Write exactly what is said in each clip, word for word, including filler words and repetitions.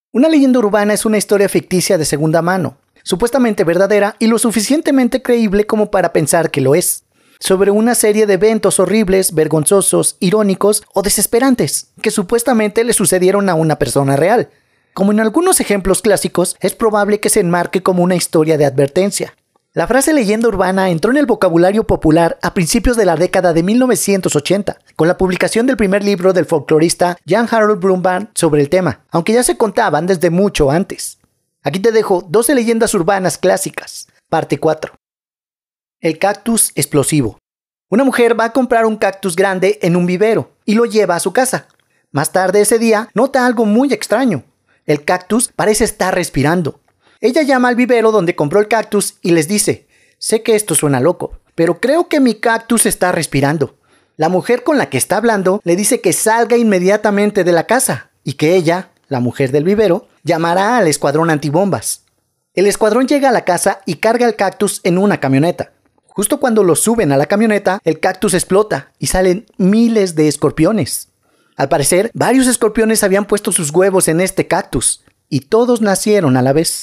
Una leyenda urbana es una historia ficticia de segunda mano, supuestamente verdadera y lo suficientemente creíble como para pensar que lo es, sobre una serie de eventos horribles, vergonzosos, irónicos o desesperantes que supuestamente le sucedieron a una persona real. Como en algunos ejemplos clásicos, es probable que se enmarque como una historia de advertencia. La frase leyenda urbana entró en el vocabulario popular a principios de la década de mil novecientos ochenta, con la publicación del primer libro del folclorista Jan Harold Brumbaugh sobre el tema, aunque ya se contaban desde mucho antes. Aquí te dejo doce leyendas urbanas clásicas, parte cuatro. El cactus explosivo. Una mujer va a comprar un cactus grande en un vivero y lo lleva a su casa. Más tarde ese día nota algo muy extraño. El cactus parece estar respirando. Ella llama al vivero donde compró el cactus y les dice: sé que esto suena loco, pero creo que mi cactus está respirando. La mujer con la que está hablando le dice que salga inmediatamente de la casa y que ella, la mujer del vivero, llamará al escuadrón antibombas. El escuadrón llega a la casa y carga el cactus en una camioneta. Justo cuando lo suben a la camioneta, el cactus explota y salen miles de escorpiones. Al parecer, varios escorpiones habían puesto sus huevos en este cactus y todos nacieron a la vez.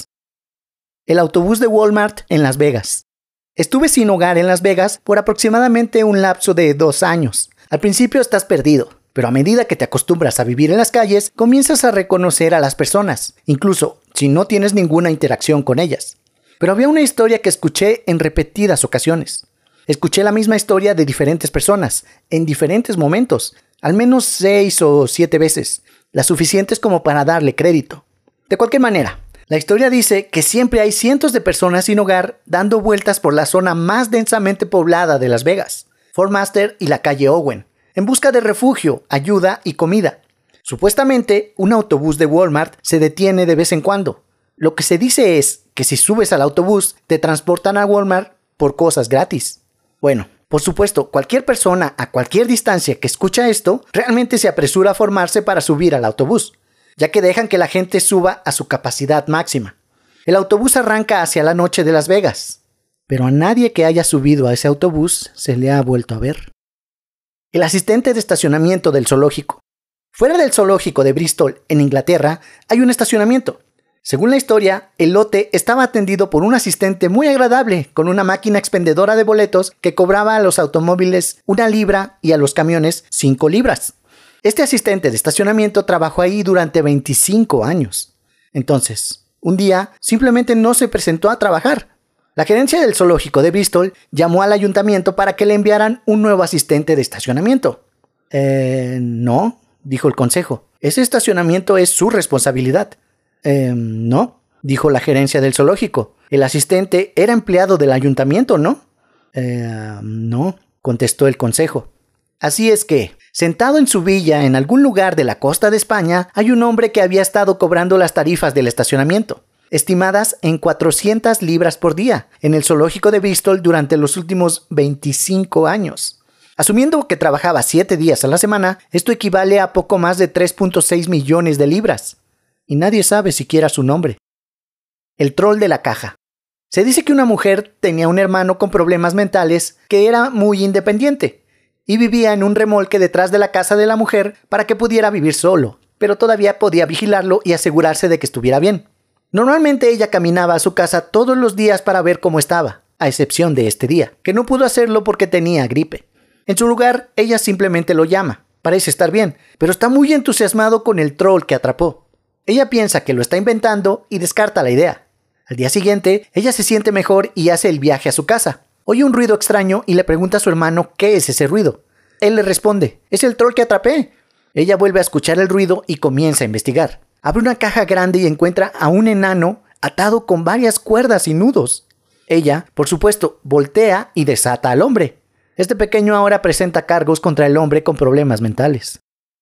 El autobús de Walmart en Las Vegas. Estuve sin hogar en Las Vegas por aproximadamente un lapso de dos años. Al principio estás perdido, pero a medida que te acostumbras a vivir en las calles, comienzas a reconocer a las personas, incluso si no tienes ninguna interacción con ellas. Pero había una historia que escuché en repetidas ocasiones. Escuché la misma historia de diferentes personas, en diferentes momentos, al menos seis o siete veces, las suficientes como para darle crédito. De cualquier manera, la historia dice que siempre hay cientos de personas sin hogar dando vueltas por la zona más densamente poblada de Las Vegas, Fort Master y la calle Owen, en busca de refugio, ayuda y comida. Supuestamente, un autobús de Walmart se detiene de vez en cuando. Lo que se dice es que si subes al autobús, te transportan a Walmart por cosas gratis. Bueno, por supuesto, cualquier persona a cualquier distancia que escucha esto, realmente se apresura a formarse para subir al autobús, ya que dejan que la gente suba a su capacidad máxima. El autobús arranca hacia la noche de Las Vegas, pero a nadie que haya subido a ese autobús se le ha vuelto a ver. El asistente de estacionamiento del zoológico. Fuera del zoológico de Bristol, en Inglaterra, hay un estacionamiento. Según la historia, el lote estaba atendido por un asistente muy agradable, con una máquina expendedora de boletos que cobraba a los automóviles una libra y a los camiones cinco libras. Este asistente de estacionamiento trabajó ahí durante veinticinco años. Entonces, un día simplemente no se presentó a trabajar. La gerencia del zoológico de Bristol llamó al ayuntamiento para que le enviaran un nuevo asistente de estacionamiento. Eh, no, dijo el consejo. Ese estacionamiento es su responsabilidad. Eh, no, dijo la gerencia del zoológico. El asistente era empleado del ayuntamiento, ¿no? Eh, no, contestó el consejo. Así es que, sentado en su villa en algún lugar de la costa de España, hay un hombre que había estado cobrando las tarifas del estacionamiento, estimadas en cuatrocientas libras por día, en el zoológico de Bristol durante los últimos veinticinco años. Asumiendo que trabajaba siete días a la semana, esto equivale a poco más de tres punto seis millones de libras. Y nadie sabe siquiera su nombre. El troll de la caja. Se dice que una mujer tenía un hermano con problemas mentales que era muy independiente y vivía en un remolque detrás de la casa de la mujer para que pudiera vivir solo, pero todavía podía vigilarlo y asegurarse de que estuviera bien. Normalmente ella caminaba a su casa todos los días para ver cómo estaba, a excepción de este día, que no pudo hacerlo porque tenía gripe. En su lugar, ella simplemente lo llama. Parece estar bien, pero está muy entusiasmado con el troll que atrapó. Ella piensa que lo está inventando y descarta la idea. Al día siguiente, ella se siente mejor y hace el viaje a su casa. Oye un ruido extraño y le pregunta a su hermano qué es ese ruido. Él le responde: es el troll que atrapé. Ella vuelve a escuchar el ruido y comienza a investigar. Abre una caja grande y encuentra a un enano atado con varias cuerdas y nudos. Ella, por supuesto, voltea y desata al hombre. Este pequeño ahora presenta cargos contra el hombre con problemas mentales.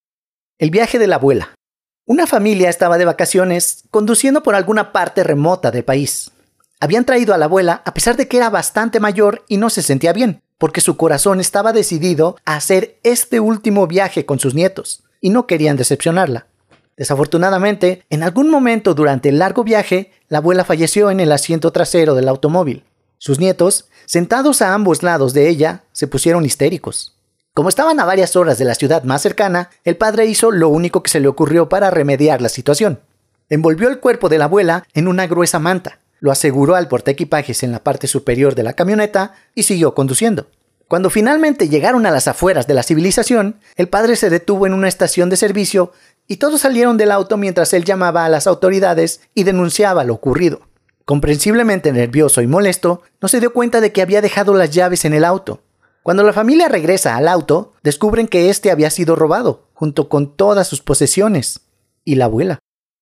El viaje de la abuela. Una familia estaba de vacaciones conduciendo por alguna parte remota del país. Habían traído a la abuela a pesar de que era bastante mayor y no se sentía bien, porque su corazón estaba decidido a hacer este último viaje con sus nietos, y no querían decepcionarla. Desafortunadamente, en algún momento durante el largo viaje, la abuela falleció en el asiento trasero del automóvil. Sus nietos, sentados a ambos lados de ella, se pusieron histéricos. Como estaban a varias horas de la ciudad más cercana, el padre hizo lo único que se le ocurrió para remediar la situación. Envolvió el cuerpo de la abuela en una gruesa manta, lo aseguró al portaequipajes en la parte superior de la camioneta y siguió conduciendo. Cuando finalmente llegaron a las afueras de la civilización, el padre se detuvo en una estación de servicio y todos salieron del auto mientras él llamaba a las autoridades y denunciaba lo ocurrido. Comprensiblemente nervioso y molesto, no se dio cuenta de que había dejado las llaves en el auto. Cuando la familia regresa al auto, descubren que este había sido robado, junto con todas sus posesiones, y la abuela.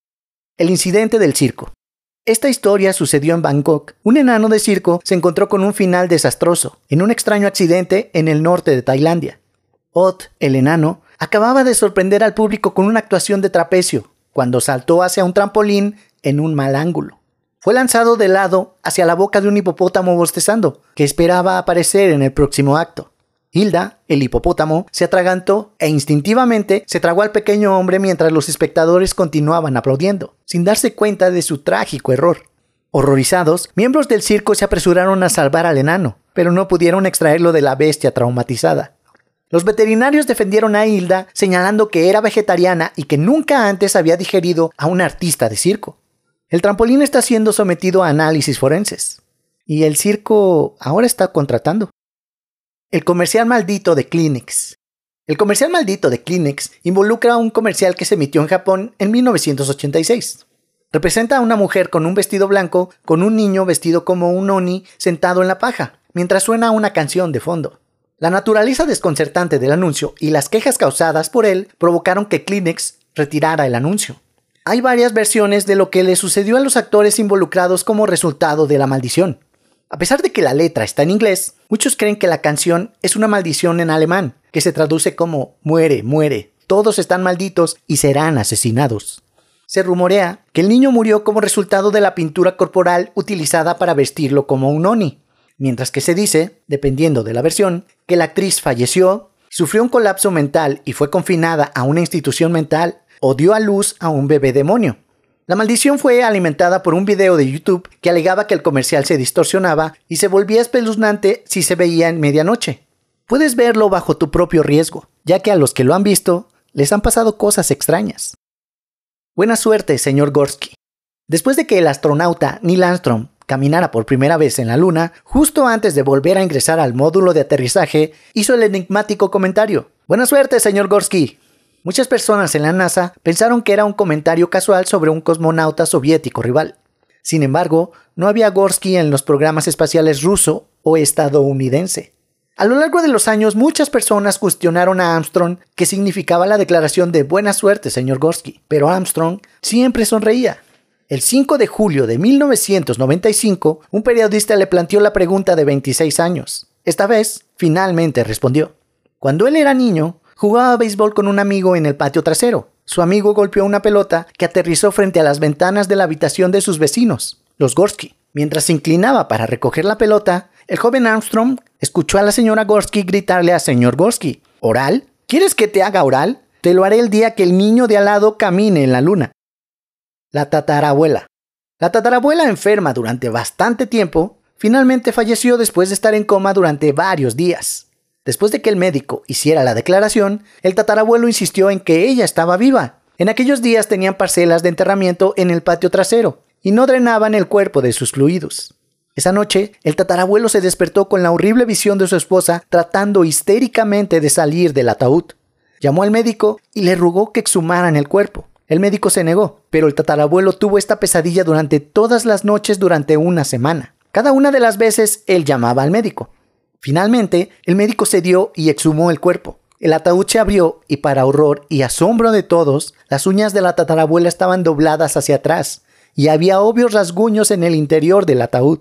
El incidente del circo. Esta historia sucedió en Bangkok. Un enano de circo se encontró con un final desastroso, en un extraño accidente en el norte de Tailandia. Ot, el enano, acababa de sorprender al público con una actuación de trapecio, cuando saltó hacia un trampolín en un mal ángulo. Fue lanzado de lado hacia la boca de un hipopótamo bostezando, que esperaba aparecer en el próximo acto. Hilda, el hipopótamo, se atragantó e instintivamente se tragó al pequeño hombre mientras los espectadores continuaban aplaudiendo, sin darse cuenta de su trágico error. Horrorizados, miembros del circo se apresuraron a salvar al enano, pero no pudieron extraerlo de la bestia traumatizada. Los veterinarios defendieron a Hilda, señalando que era vegetariana y que nunca antes había digerido a un artista de circo. El trampolín está siendo sometido a análisis forenses. Y el circo ahora está contratando. El comercial maldito de Kleenex. El comercial maldito de Kleenex involucra a un comercial que se emitió en Japón en mil novecientos ochenta y seis. Representa a una mujer con un vestido blanco, con un niño vestido como un oni sentado en la paja, mientras suena una canción de fondo. La naturaleza desconcertante del anuncio y las quejas causadas por él provocaron que Kleenex retirara el anuncio. Hay varias versiones de lo que le sucedió a los actores involucrados como resultado de la maldición. A pesar de que la letra está en inglés, muchos creen que la canción es una maldición en alemán, que se traduce como muere, muere, todos están malditos y serán asesinados. Se rumorea que el niño murió como resultado de la pintura corporal utilizada para vestirlo como un oni, mientras que se dice, dependiendo de la versión, que la actriz falleció, sufrió un colapso mental y fue confinada a una institución mental o dio a luz a un bebé demonio. La maldición fue alimentada por un video de YouTube que alegaba que el comercial se distorsionaba y se volvía espeluznante si se veía en medianoche. Puedes verlo bajo tu propio riesgo, ya que a los que lo han visto les han pasado cosas extrañas. Buena suerte, señor Gorsky. Después de que el astronauta Neil Armstrong caminara por primera vez en la Luna, justo antes de volver a ingresar al módulo de aterrizaje, hizo el enigmático comentario: Buena suerte, señor Gorsky. Muchas personas en la NASA pensaron que era un comentario casual sobre un cosmonauta soviético rival. Sin embargo, no había Gorsky en los programas espaciales ruso o estadounidense. A lo largo de los años, muchas personas cuestionaron a Armstrong qué significaba la declaración de buena suerte, señor Gorsky, pero Armstrong siempre sonreía. El cinco de julio de mil novecientos noventa y cinco, un periodista le planteó la pregunta de veintiséis años. Esta vez, finalmente respondió. Cuando él era niño, jugaba béisbol con un amigo en el patio trasero. Su amigo golpeó una pelota que aterrizó frente a las ventanas de la habitación de sus vecinos, los Gorsky. Mientras se inclinaba para recoger la pelota, el joven Armstrong escuchó a la señora Gorsky gritarle al señor Gorsky: ¿Oral? ¿Quieres que te haga oral? Te lo haré el día que el niño de al lado camine en la luna. La tatarabuela. La tatarabuela, enferma durante bastante tiempo, finalmente falleció después de estar en coma durante varios días. Después de que el médico hiciera la declaración, el tatarabuelo insistió en que ella estaba viva. En aquellos días tenían parcelas de enterramiento en el patio trasero y no drenaban el cuerpo de sus fluidos. Esa noche, el tatarabuelo se despertó con la horrible visión de su esposa tratando histéricamente de salir del ataúd. Llamó al médico y le rogó que exhumaran el cuerpo. El médico se negó, pero el tatarabuelo tuvo esta pesadilla durante todas las noches durante una semana. Cada una de las veces él llamaba al médico. Finalmente, el médico cedió y exhumó el cuerpo. El ataúd se abrió y, para horror y asombro de todos, las uñas de la tatarabuela estaban dobladas hacia atrás y había obvios rasguños en el interior del ataúd.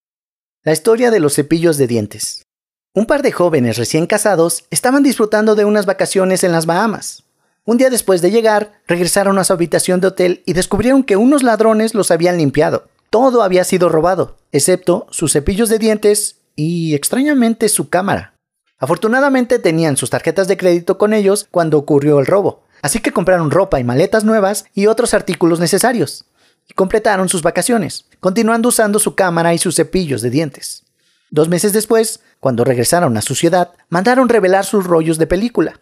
La historia de los cepillos de dientes. Un par de jóvenes recién casados estaban disfrutando de unas vacaciones en las Bahamas. Un día después de llegar, regresaron a su habitación de hotel y descubrieron que unos ladrones los habían limpiado. Todo había sido robado, excepto sus cepillos de dientes y, extrañamente, su cámara. Afortunadamente tenían sus tarjetas de crédito con ellos cuando ocurrió el robo, así que compraron ropa y maletas nuevas y otros artículos necesarios, y completaron sus vacaciones, continuando usando su cámara y sus cepillos de dientes. Dos meses después, cuando regresaron a su ciudad, mandaron revelar sus rollos de película.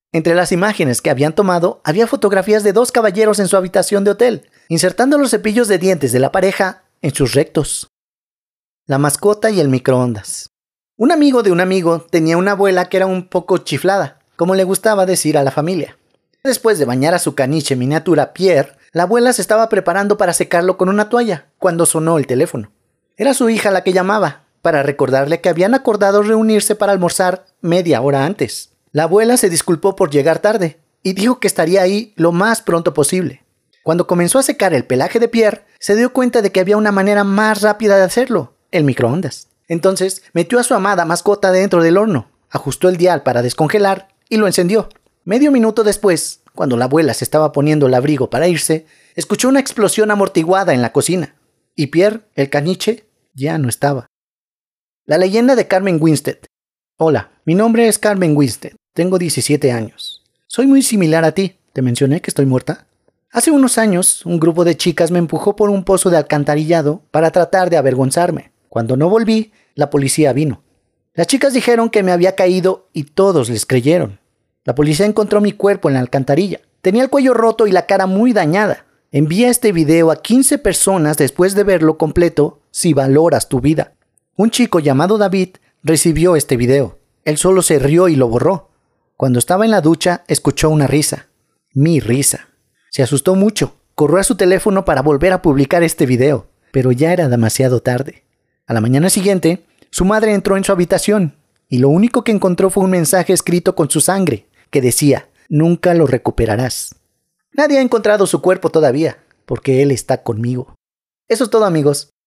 Entre las imágenes que habían tomado, había fotografías de dos caballeros en su habitación de hotel, insertando los cepillos de dientes de la pareja en sus rectos. La mascota y el microondas. Un amigo de un amigo tenía una abuela que era un poco chiflada, como le gustaba decir a la familia. Después de bañar a su caniche miniatura Pierre, la abuela se estaba preparando para secarlo con una toalla, cuando sonó el teléfono. Era su hija la que llamaba, para recordarle que habían acordado reunirse para almorzar media hora antes. La abuela se disculpó por llegar tarde, y dijo que estaría ahí lo más pronto posible. Cuando comenzó a secar el pelaje de Pierre, se dio cuenta de que había una manera más rápida de hacerlo, el microondas. Entonces, metió a su amada mascota dentro del horno, ajustó el dial para descongelar y lo encendió. Medio minuto después, cuando la abuela se estaba poniendo el abrigo para irse, escuchó una explosión amortiguada en la cocina, y Pierre, el caniche, ya no estaba. La leyenda de Carmen Winstead. Hola, mi nombre es Carmen Winstead, tengo diecisiete años. Soy muy similar a ti, ¿te mencioné que estoy muerta? Hace unos años, un grupo de chicas me empujó por un pozo de alcantarillado para tratar de avergonzarme. Cuando no volví, la policía vino. Las chicas dijeron que me había caído y todos les creyeron. La policía encontró mi cuerpo en la alcantarilla. Tenía el cuello roto y la cara muy dañada. Envía este video a quince personas después de verlo completo si valoras tu vida. Un chico llamado David recibió este video. Él solo se rió y lo borró. Cuando estaba en la ducha, escuchó una risa. Mi risa. Se asustó mucho. Corrió a su teléfono para volver a publicar este video, pero ya era demasiado tarde. A la mañana siguiente, su madre entró en su habitación y lo único que encontró fue un mensaje escrito con su sangre que decía: nunca lo recuperarás. Nadie ha encontrado su cuerpo todavía, porque él está conmigo. Eso es todo, amigos.